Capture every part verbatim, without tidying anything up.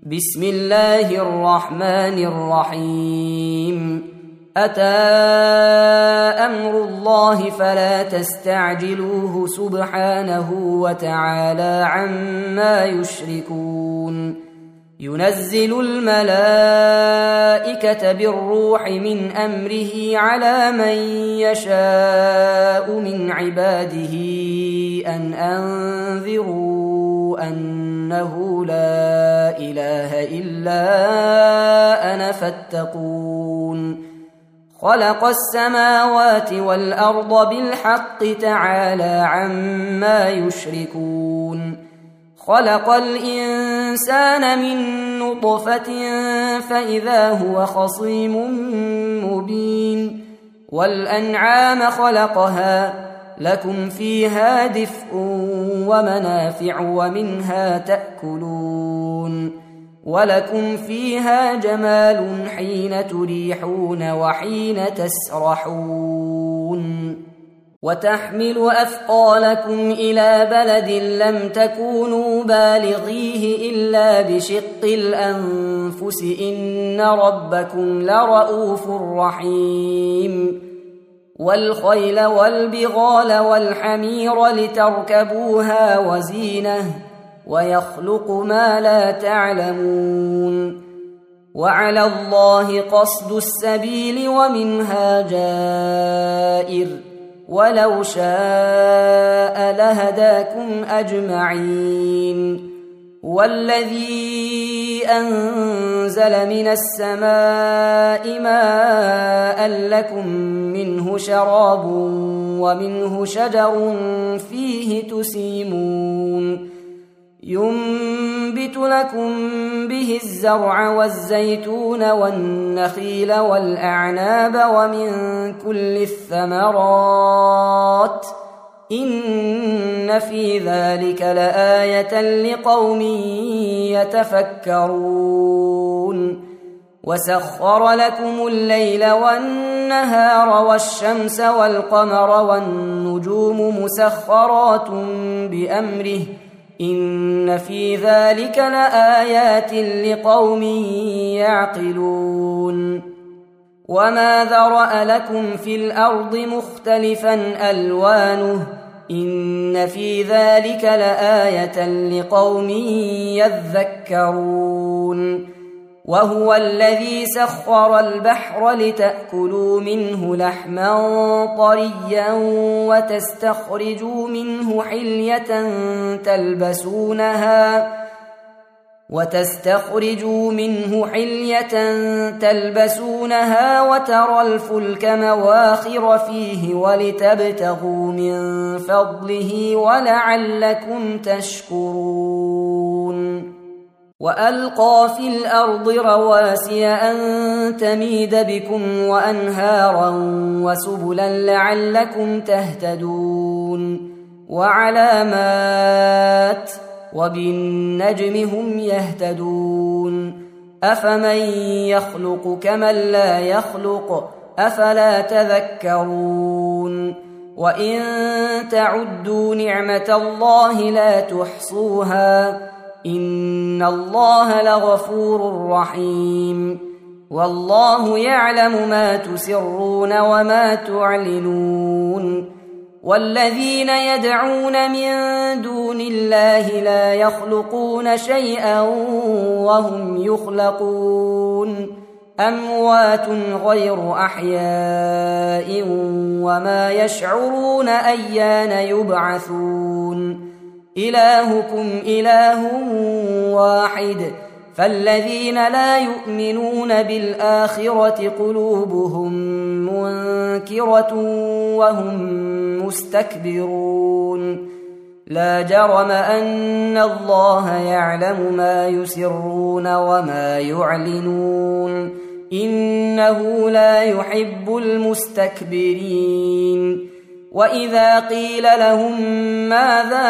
بسم الله الرحمن الرحيم أتى أمر الله فلا تستعجلوه سبحانه وتعالى عما يشركون ينزل الملائكة بالروح من أمره على من يشاء من عباده أن أنذروا أنه لا إله إلا أنا فاتقون خلق السماوات والأرض بالحق تعالى عما يشركون خلق الإنسان من نطفة فإذا هو خصيم مبين والأنعام خلقها لكم فيها دفء ومنافع ومنها تأكلون ولكم فيها جمال حين تريحون وحين تسرحون وتحمل أثقالكم إلى بلد لم تكونوا بالغيه إلا بشق الأنفس إن ربكم لرؤوف رحيم والخيل والبغال والحمير لتركبوها وزينة ويخلق ما لا تعلمون وعلى الله قصد السبيل ومنها جائر ولو شاء لهداكم أجمعين والذي أنزل من السماء ماء لكم منه شراب ومنه شجر فيه تسيمون ينبت لكم به الزرع والزيتون والنخيل والأعناب ومن كل الثمرات إن في ذلك لآية لقوم يتفكرون وسخر لكم الليل والنهار والشمس والقمر والنجوم مسخرات بأمره إن في ذلك لآيات لقوم يعقلون وما ذرأ لكم في الأرض مختلفا ألوانه إن في ذلك لآية لقوم يذكرون وهو الذي سخر البحر لتأكلوا منه لحما طريا وتستخرجوا منه حلية تلبسونها وتستخرجوا منه حلية تلبسونها وترى الفلك مواخر فيه ولتبتغوا من فضله ولعلكم تشكرون وألقى في الأرض رواسي أن تميد بكم وأنهارا وسبلا لعلكم تهتدون وعلامات وبالنجم هم يهتدون أفمن يخلق كمن لا يخلق أفلا تذكرون وإن تعدوا نعمة الله لا تحصوها إن الله لغفور رحيم والله يعلم ما تسرون وما تعلنون والذين يدعون من دون الله لا يخلقون شيئا وهم يخلقون أموات غير أحياء وما يشعرون أيان يبعثون إلهكم إله واحد فالذين لا يؤمنون بالآخرة قلوبهم منكرة وهم مستكبرون لا جرم أن الله يعلم ما يسرون وما يعلنون إنه لا يحب المستكبرين وإذا قيل لهم ماذا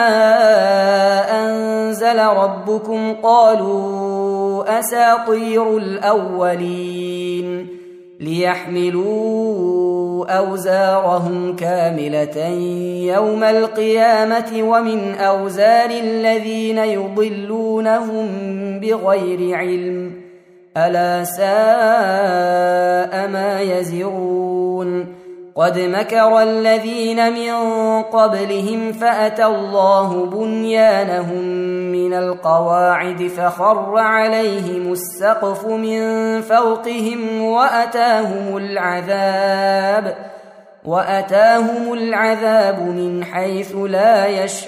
أنزل ربكم قالوا أساطير الأولين ليحملوا أوزارهم كاملة يوم القيامة ومن أوزار الذين يضلونهم بغير علم ألا ساء ما يزرون قد مكر الذين من قبلهم فأتى الله بنيانهم من القواعد فخر عليهم السقف من فوقهم وأتاهم العذاب وأتاهم العذاب من حيث لا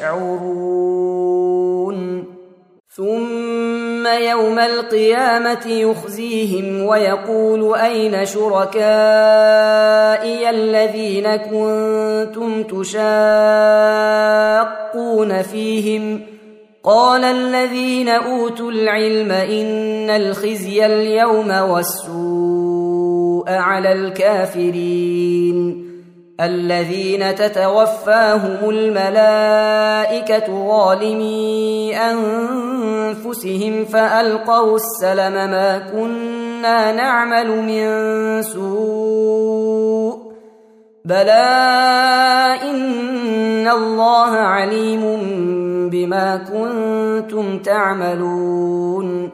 يشعرون ثم يوم القيامة يخزيهم ويقول أين شركائي الذين كنتم تشاقون فيهم قال الذين أوتوا العلم إن الخزي اليوم والسوء على الكافرين الذين تتوفاهم الملائكة ظالمي أنفسهم فألقوا السلم ما كنا نعمل من سوء بلى إن الله عليم بما كنتم تعملون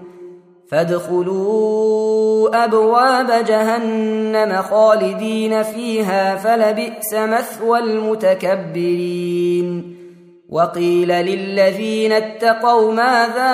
فادخلوا أبواب جهنم خالدين فيها فلبئس مثوى المتكبرين وقيل للذين اتقوا ماذا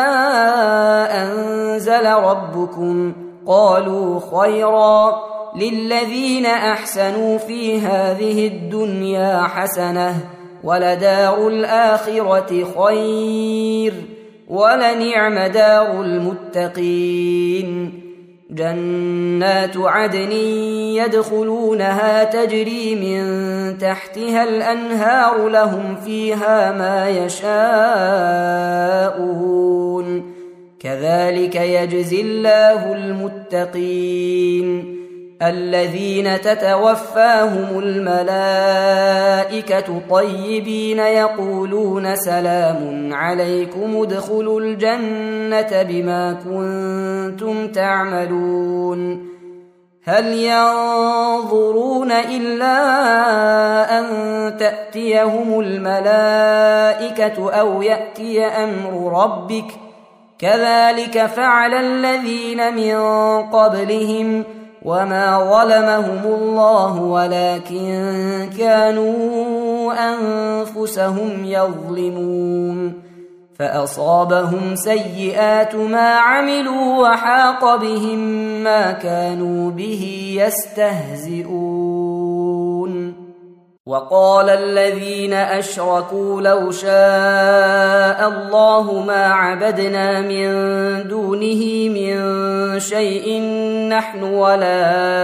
أنزل ربكم قالوا خيرا للذين أحسنوا في هذه الدنيا حسنة ولدار الآخرة خير ولنعم دار المتقين جنات عدن يدخلونها تجري من تحتها الأنهار لهم فيها ما يشاءون كذلك يجزي الله المتقين الذين تتوفاهم الملائكة طيبين يقولون سلام عليكم ادخلوا الجنة بما كنتم تعملون هل ينظرون إلا أن تأتيهم الملائكة أو يأتي أمر ربك كذلك فعل الذين من قبلهم وما ظلمهم الله ولكن كانوا أنفسهم يظلمون فأصابهم سيئات ما عملوا وحاق بهم ما كانوا به يستهزئون وقال الذين أشركوا لو شاء الله ما عبدنا من دونه من شيء نحن ولا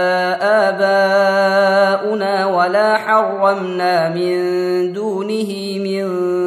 آباؤنا ولا حرمنا من دونه من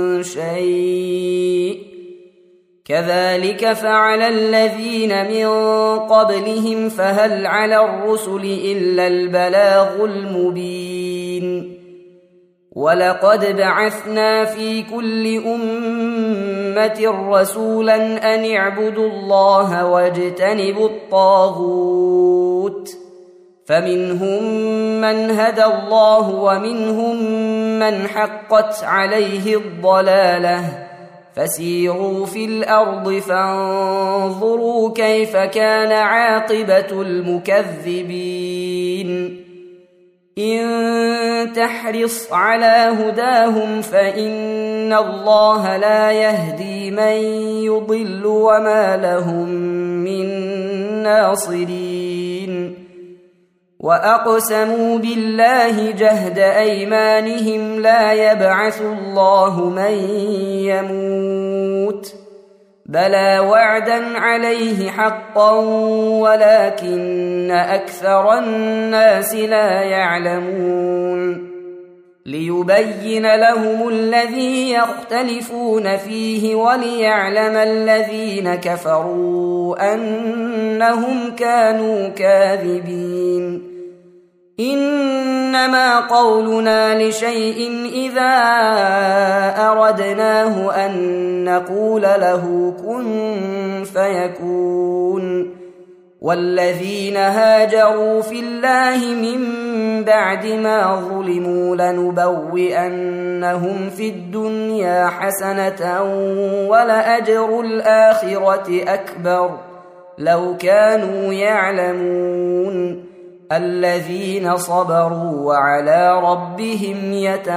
شيء كذلك فعل الذين من قبلهم فهل على الرسل إلا البلاغ المبين ولقد بعثنا في كل أمة رسولا أن اعبدوا الله واجتنبوا الطاغوت فمنهم من هدى الله ومنهم من حقت عليه الضلالة فسيروا في الأرض فانظروا كيف كان عاقبة المكذبين إن تحرص على هداهم فإن الله لا يهدي من يضل وما لهم من ناصرين وأقسموا بالله جهد أيمانهم لا يبعث الله من يموت بلى وعدا عليه حقا ولكن أكثر الناس لا يعلمون ليبين لهم الذي يختلفون فيه وليعلم الذين كفروا أنهم كانوا كاذبين إنما قولنا لشيء إذا أردناه أن نقول له كن فيكون والذين هاجروا في الله من بعد ما ظلموا لنبوئنهم في الدنيا حسنة ولأجر الآخرة أكبر لو كانوا يعلمون الذين صبروا وعلى ربهم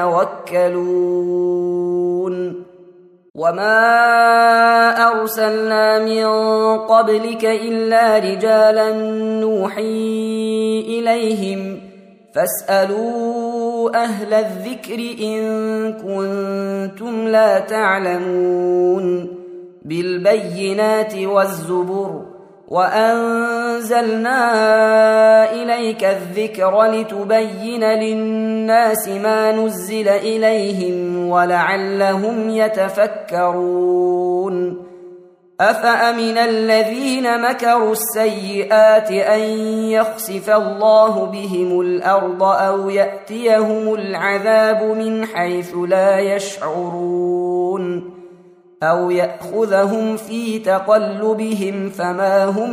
يتوكلون وما أرسلنا من قبلك إلا رجالا نوحي إليهم فاسألوا أهل الذكر إن كنتم لا تعلمون بالبينات والزبر وأنزلنا إليك الذكر لتبين للناس ما نزل إليهم ولعلهم يتفكرون أفأمن الذين مكروا السيئات أن يخسف الله بهم الأرض أو يأتيهم العذاب من حيث لا يشعرون أو يأخذهم في تقلبهم فما هم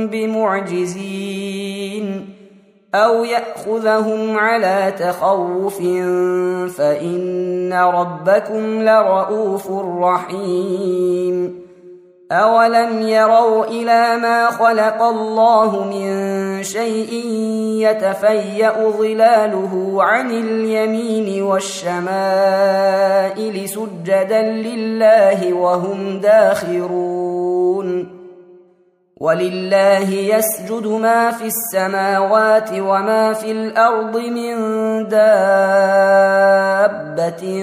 بمعجزين أو يأخذهم على تخوف فإن ربكم لرؤوف رحيم أولم يروا إلى ما خلق الله من شيء يتفيأ ظلاله عن اليمين والشمائل سجدا لله وهم داخرون ولله يسجد ما في السماوات وما في الأرض من دابة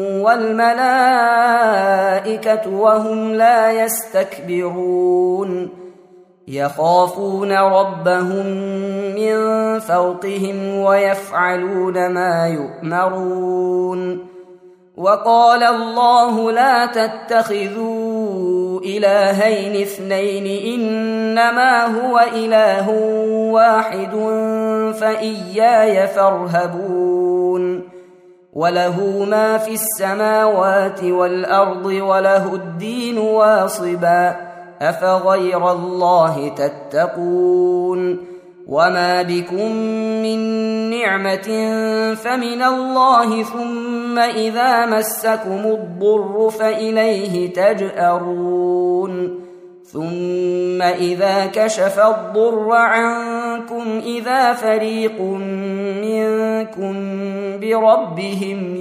والملائكة وهم لا يستكبرون يخافون ربهم من فوقهم ويفعلون ما يؤمرون وقال الله لا تتخذوا إلهين اثنين إنما هو إله واحد فإياي فارهبون وله ما في السماوات والأرض وله الدين واصبا أفغير الله تتقون وما بكم من نعمة فمن الله ثم إذا مسكم الضر فإليه تجأرون ثم إذا كشف الضر عنكم إذا فريق منكم بربهم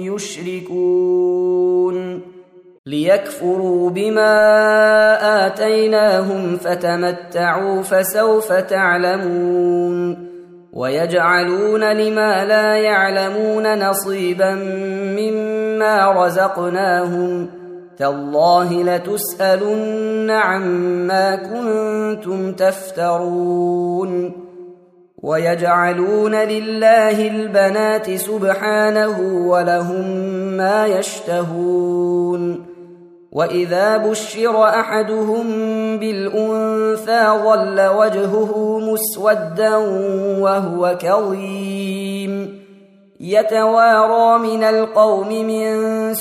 يشركون ليكفروا بما آتيناهم فتمتعوا فسوف تعلمون ويجعلون لما لا يعلمون نصيبا مما رزقناهم تالله لتسألن عما كنتم تفترون ويجعلون لله البنات سبحانه ولهم ما يشتهون وإذا بشر أحدهم بالأنثى ظل وجهه مسودا وهو كظيم يتوارى من القوم من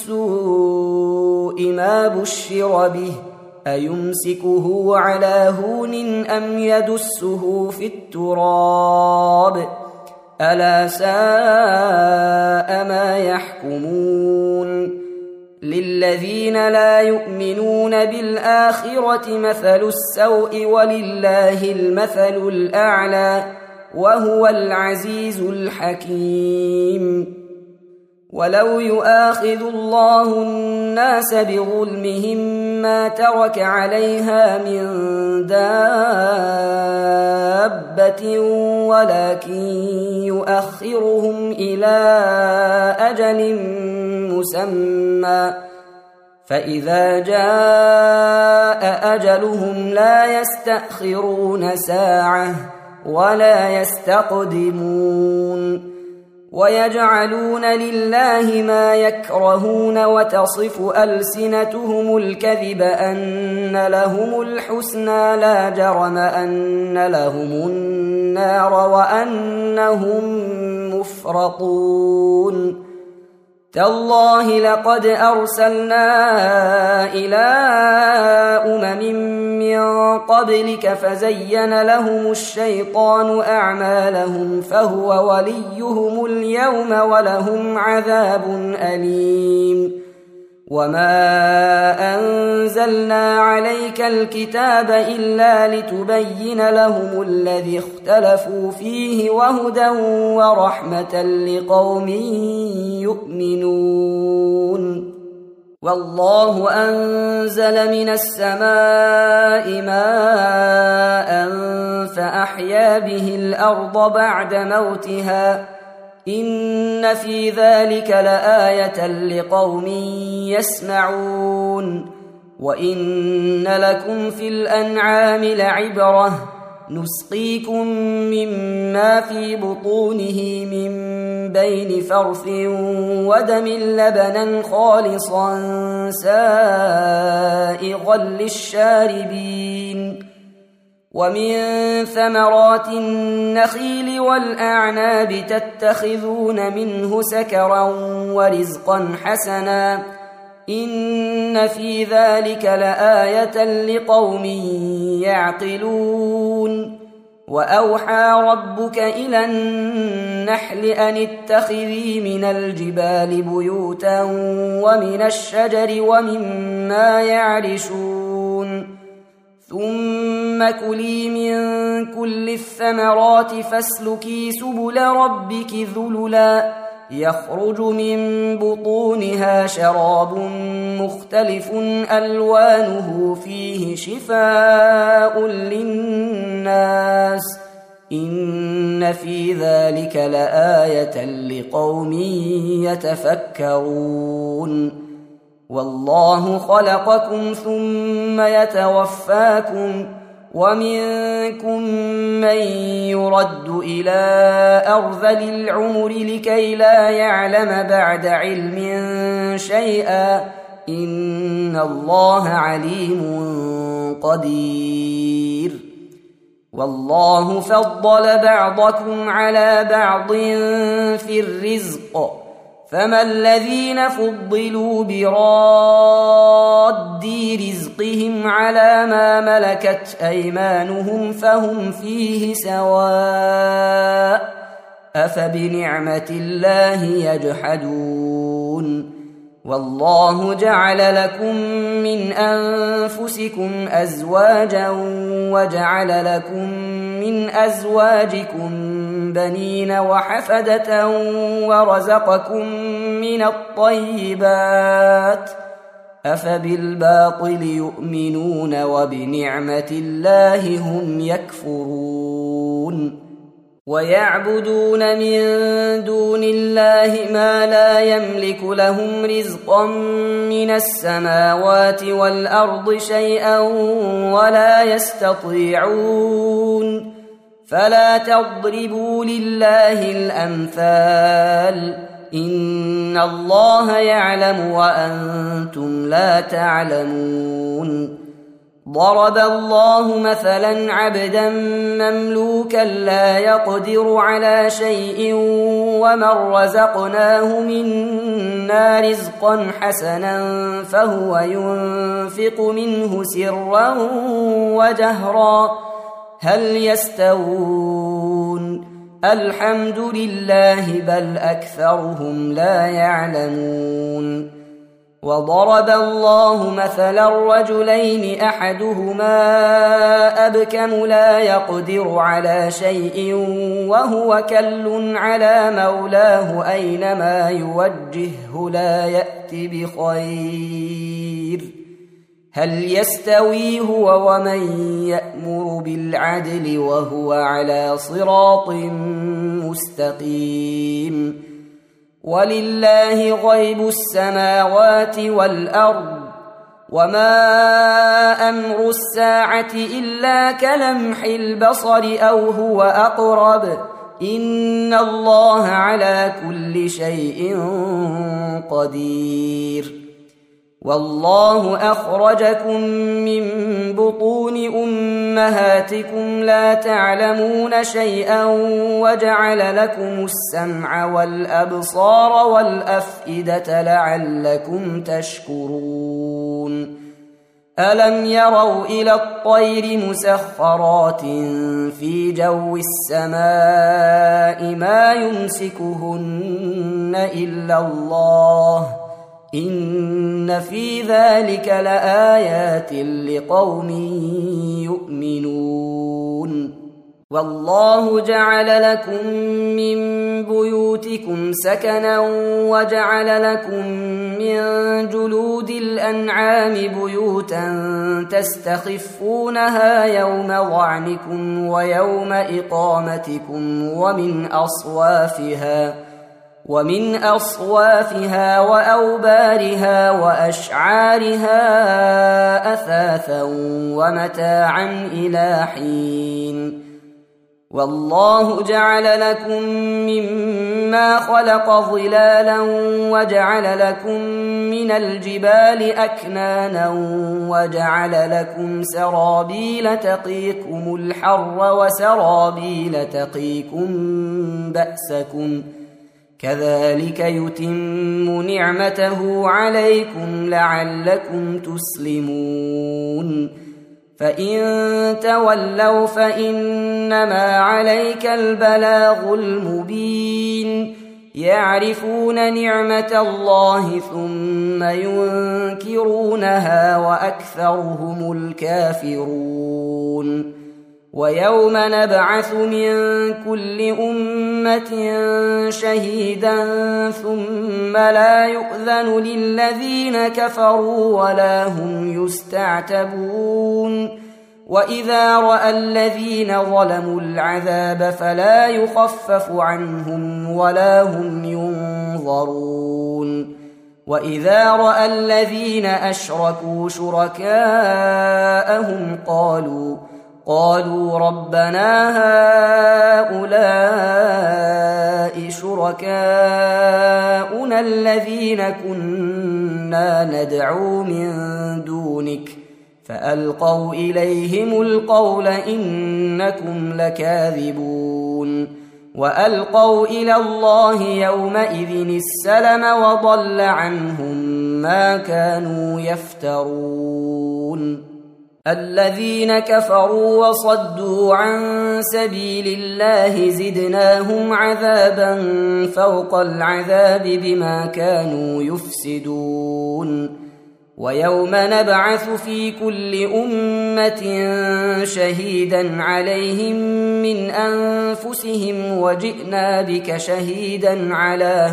سوء ما بشر به أيمسكه على هون أم يدسه في التراب ألا ساء ما يحكمون للذين لا يؤمنون بالآخرة مثل السوء ولله المثل الأعلى وهو العزيز الحكيم ولو يؤاخذ الله الناس بظلمهم ما ترك عليها من دابة ولكن يؤخرهم إلى أجل مسمى فإذا جاء أجلهم لا يستأخرون ساعة ولا يستقدمون ويجعلون لله ما يكرهون وتصف ألسنتهم الكذب أن لهم الحسنى لا جرم أن لهم النار وأنهم مفرطون تالله لقد أرسلنا إلى أمم من قبلك فزين لهم الشيطان أعمالهم فهو وليهم اليوم ولهم عذاب أليم وما أنزلنا عليك الكتاب إلا لتبين لهم الذي اختلفوا فيه وهدى ورحمة لقوم يؤمنون والله أنزل من السماء ماء فأحيا به الأرض بعد موتها إن في ذلك لآية لقوم يسمعون وإن لكم في الأنعام لعبرة نسقيكم مما في بطونه من بين فرث ودم لبنا خالصا سائغا للشاربين ومن ثمرات النخيل والأعناب تتخذون منه سكرا ورزقا حسنا إن في ذلك لآية لقوم يعقلون وأوحى ربك إلى النحل أن اتخذي من الجبال بيوتا ومن الشجر ومما يعرشون ثم كلي من كل الثمرات فاسلكي سبل ربك ذللا يخرج من بطونها شراب مختلف ألوانه فيه شفاء للناس إن في ذلك لآية لقوم يتفكرون والله خلقكم ثم يتوفاكم ومنكم من يرد إلى أرذل العمر لكي لا يعلم بعد علم شيئا إن الله عليم قدير والله فضل بعضكم على بعض في الرزق فما الذين فضلوا براد رزقهم على ما ملكت أيمانهم فهم فيه سواء أفبنعمة الله يجحدون والله جعل لكم من أنفسكم أزواجا وجعل لكم من أزواجكم بنين وحفدة ورزقكم من الطيبات أفبالباطل يؤمنون وبنعمة الله هم يكفرون ويعبدون من دون الله ما لا يملك لهم رزقا من السماوات والأرض شيئا ولا يستطيعون فلا تضربوا لله الأمثال إن الله يعلم وأنتم لا تعلمون ضرب الله مثلا عبدا مملوكا لا يقدر على شيء ومن رزقناه منا رزقا حسنا فهو ينفق منه سرا وجهرا هل يستوون الحمد لله بل أكثرهم لا يعلمون وضرب الله مثلا رجلين أحدهما أبكم لا يقدر على شيء وهو كل على مولاه أينما يوجهه لا يأتي بخير هل يستوي هو ومن يأمر بالعدل وهو على صراط مستقيم ولله غيب السماوات والأرض وما أمر الساعة إلا كلمح البصر أو هو أقرب إن الله على كل شيء قدير والله أخرجكم من بطون أمهاتكم لا تعلمون شيئا وجعل لكم السمع والأبصار والأفئدة لعلكم تشكرون ألم يروا إلى الطير مسخرات في جو السماء ما يمسكهن إلا الله إن في ذلك لآيات لقوم يؤمنون والله جعل لكم من بيوتكم سكنا وجعل لكم من جلود الأنعام بيوتا تستخفونها يوم ظعنكم ويوم إقامتكم ومن أصوافها ومن أصوافها وأوبارها وأشعارها أثاثا ومتاعا إلى حين والله جعل لكم مما خلق ظلالا وجعل لكم من الجبال أكنانا وجعل لكم سرابيل تقيكم الحر وسرابيل تقيكم بأسكم كذلك يتم نعمته عليكم لعلكم تسلمون فإن تولوا فإنما عليك البلاغ المبين يعرفون نعمة الله ثم ينكرونها وأكثرهم الكافرون ويوم نبعث من كل أمة شهيدا ثم لا يؤذن للذين كفروا ولا هم يستعتبون وإذا رأى الذين ظلموا العذاب فلا يخفف عنهم ولا هم ينظرون وإذا رأى الذين أشركوا شركاءهم قالوا قالوا ربنا هؤلاء شركاؤنا الذين كنا ندعو من دونك فألقوا إليهم القول إنكم لكاذبون وألقوا إلى الله يومئذ السلم وضل عنهم ما كانوا يفترون الذين كفروا وصدوا عن سبيل الله زدناهم عذابا فوق العذاب بما كانوا يفسدون ويوم نبعث في كل أمة شهيدا عليهم من أنفسهم وجئنا بك شهيدا على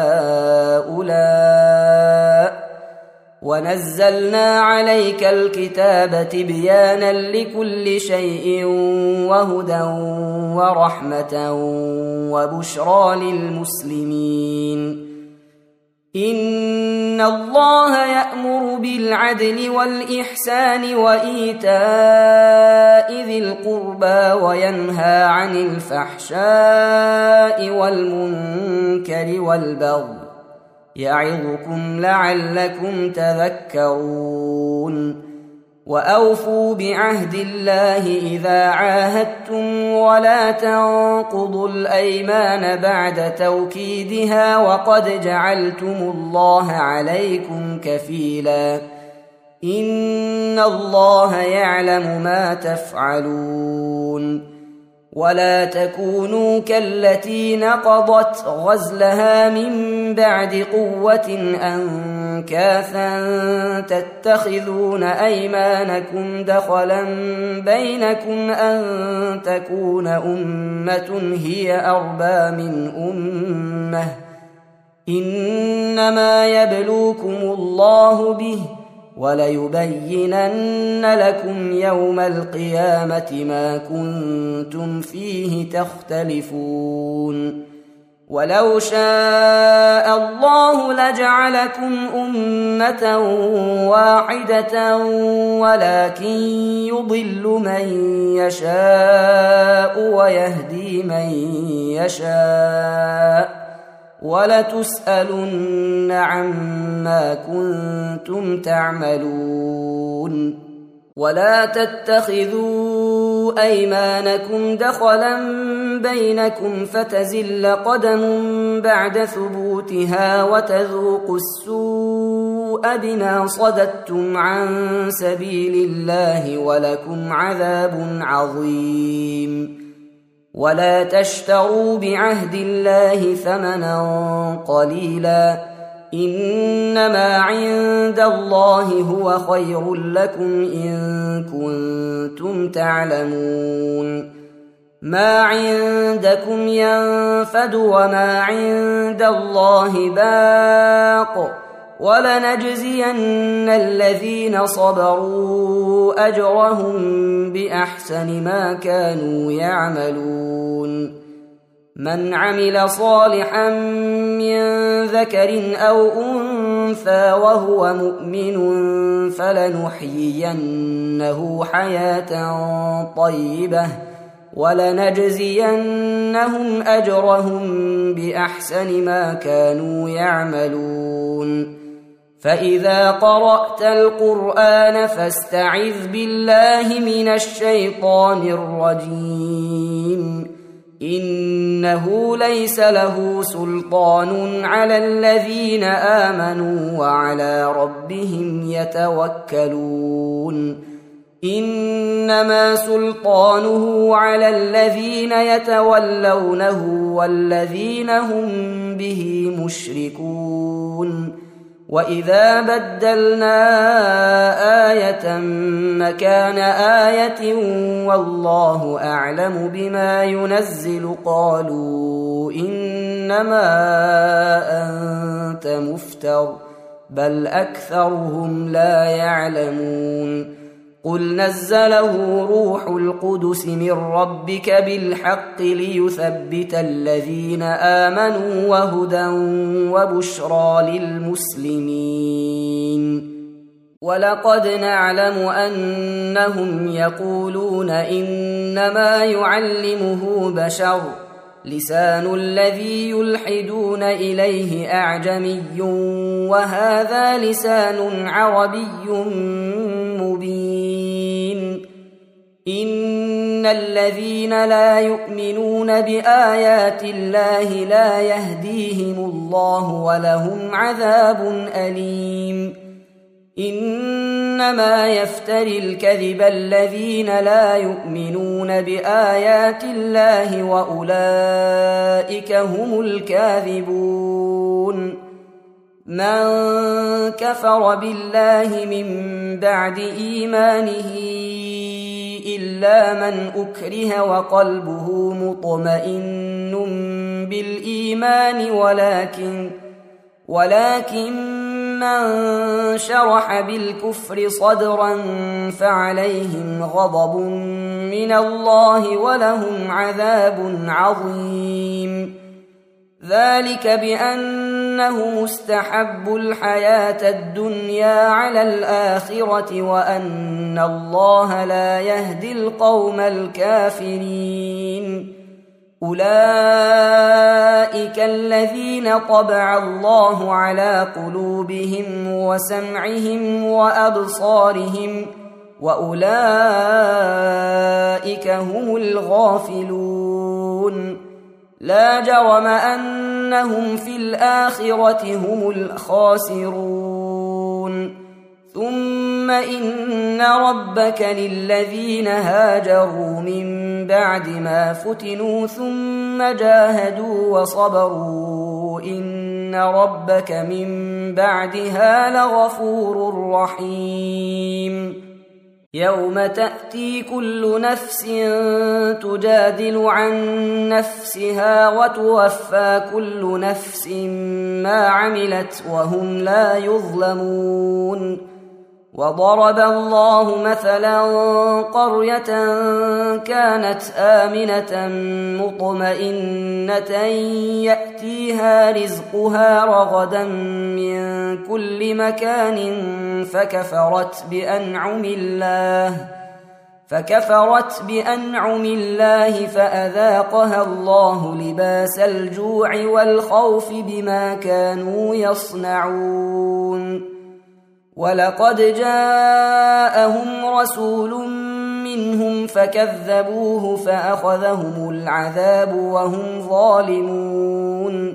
هؤلاء ونزلنا عليك الكتاب تبيانا لكل شيء وهدى ورحمة وبشرى للمسلمين إن الله يأمر بالعدل والإحسان وإيتاء ذي القربى وينهى عن الفحشاء والمنكر والبغي يعظكم لعلكم تذكرون وأوفوا بعهد الله إذا عاهدتم ولا تنقضوا الأيمان بعد توكيدها وقد جعلتم الله عليكم كفيلا إن الله يعلم ما تفعلون ولا تكونوا كالتي نقضت غزلها من بعد قوة أنكاثا تتخذون أيمانكم دخلا بينكم أن تكون أمة هي أربى من أمة إنما يبلوكم الله به وليبينن لكم يوم القيامة ما كنتم فيه تختلفون ولو شاء الله لجعلكم أمة واحدة ولكن يضل من يشاء ويهدي من يشاء ولتسألن عما كنتم تعملون. ولا تتخذوا أيمانكم دخلا بينكم فتزل قدم بعد ثبوتها وتذوقوا السوء بما صددتم عن سبيل الله ولكم عذاب عظيم. ولا تشتروا بعهد الله ثمنا قليلا، إنما عند الله هو خير لكم إن كنتم تعلمون. ما عندكم ينفد وما عند الله باق، ولنجزين الذين صبروا أجرهم بأحسن ما كانوا يعملون. من عمل صالحا من ذكر أو أنثى وهو مؤمن فلنحيينه حياة طيبة ولنجزينهم أجرهم بأحسن ما كانوا يعملون. فإذا قرأت القرآن فاستعذ بالله من الشيطان الرجيم. إنه ليس له سلطان على الذين آمنوا وعلى ربهم يتوكلون. إنما سلطانه على الذين يتولونه والذين هم به مشركون. وإذا بدلنا آية مكان آية والله أعلم بما ينزل قالوا إنما أنت مفتر بل أكثرهم لا يعلمون. قل نزله روح القدس من ربك بالحق ليثبت الذين آمنوا وهدى وبشرى للمسلمين. ولقد نعلم أنهم يقولون إنما يعلمه بشر لسان الذي يلحدون إليه أعجمي وهذا لسان عربي مبين. إن الذين لا يؤمنون بآيات الله لا يهديهم الله ولهم عذاب أليم. إنما يفتري الكذب الذين لا يؤمنون بآيات الله وأولئك هم الكاذبون. من كفر بالله من بعد إيمانه إلا من أكره وقلبه مطمئن بالإيمان ولكن ولكن من شرح بالكفر صدرا فعليهم غضب من الله ولهم عذاب عظيم. ذلك بأنه مستحب الحياة الدنيا على الآخرة وأن الله لا يهدي القوم الكافرين. أولئك الذين طبع الله على قلوبهم وسمعهم وأبصارهم وأولئك هم الغافلون. لا جرم أنهم في الآخرة هم الخاسرون. ثم إن ربك للذين هاجروا من بعد ما فتنوا ثم جاهدوا وصبروا إن ربك من بعدها لغفور رحيم. يوم تأتي كل نفس تجادل عن نفسها وتوفى كل نفس ما عملت وهم لا يظلمون. وضرب الله مثلا قرية كانت آمنة مطمئنة يأتيها رزقها رغدا من كل مكان فكفرت بأنعم الله فكفرت بأنعم الله فأذاقها الله لباس الجوع والخوف بما كانوا يصنعون ولقد جاءهم رسول منهم فكذبوه فأخذهم العذاب وهم ظالمون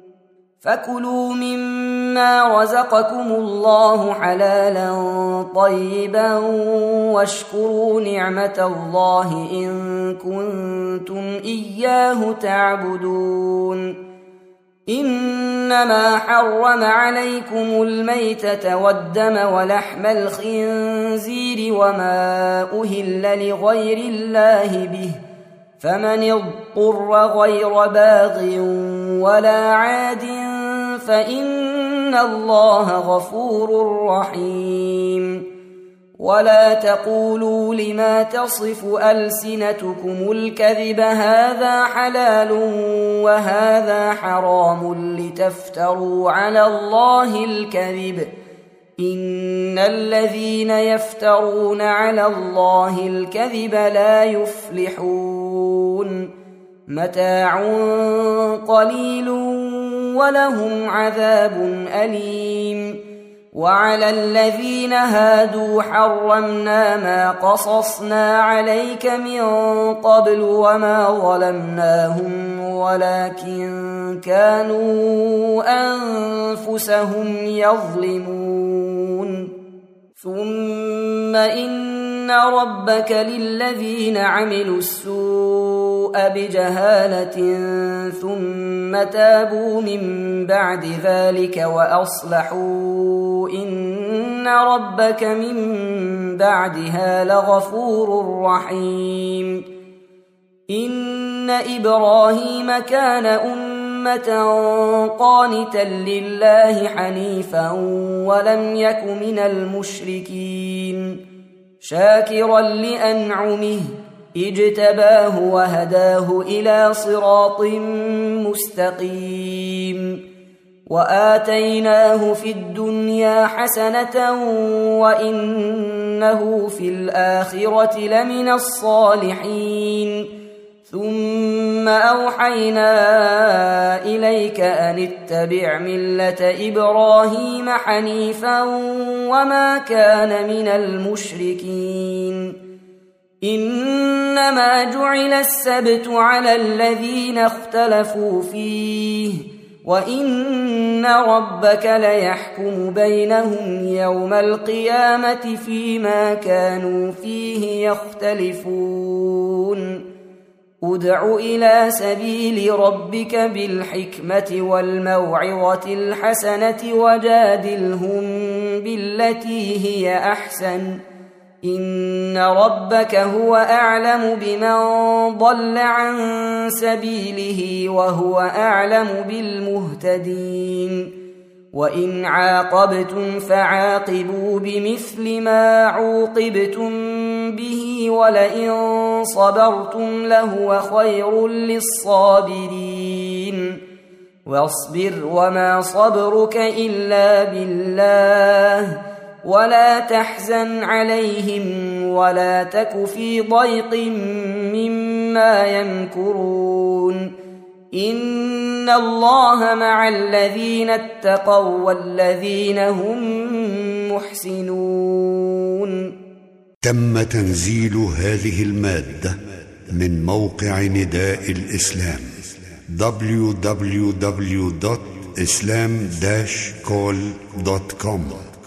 فكلوا مما رزقكم الله حلالا طيبا واشكروا نعمة الله إن كنتم إياه تعبدون إنما حرم عليكم الميتة والدم ولحم الخنزير وما أهل لغير الله به فمن اضطر غير باغ ولا عاد فإن الله غفور رحيم ولا تقولوا لما تصف ألسنتكم الكذب هذا حلال وهذا حرام لتفتروا على الله الكذب إن الذين يفترون على الله الكذب لا يفلحون متاع قليل ولهم عذاب أليم وعلى الذين هادوا حرمنا ما قصصنا عليك من قبل وما ظلمناهم ولكن كانوا أنفسهم يظلمون ثم إن ربك للذين عملوا السوء بجهالة ثم تابوا من بعد ذلك وأصلحوا إن ربك من بعدها لغفور رحيم إن إبراهيم كان أمة قانتا لله حنيفا ولم يك من المشركين شاكرا لأنعمه اجتباه وهداه إلى صراط مستقيم وآتيناه في الدنيا حسنة وإنه في الآخرة لمن الصالحين ثم أوحينا إليك أن اتبع ملة إبراهيم حنيفا وما كان من المشركين إنما جعل السبت على الذين اختلفوا فيه وإن ربك ليحكم بينهم يوم القيامة فيما كانوا فيه يختلفون ادع إلى سبيل ربك بالحكمة والموعظة الحسنة وجادلهم بالتي هي أحسن إن ربك هو أعلم بمن ضل عن سبيله وهو أعلم بالمهتدين وإن عاقبتم فعاقبوا بمثل ما عوقبتم به ولئن صبرتم لهو خير للصابرين واصبر وما صبرك إلا بالله ولا تحزن عليهم ولا تك في ضيق مما يمكرون إن الله مع الذين اتقوا والذين هم محسنون. تم تنزيل هذه المادة من موقع نداء الإسلام دبليو دبليو دبليو دوت إسلام داش كول دوت كوم.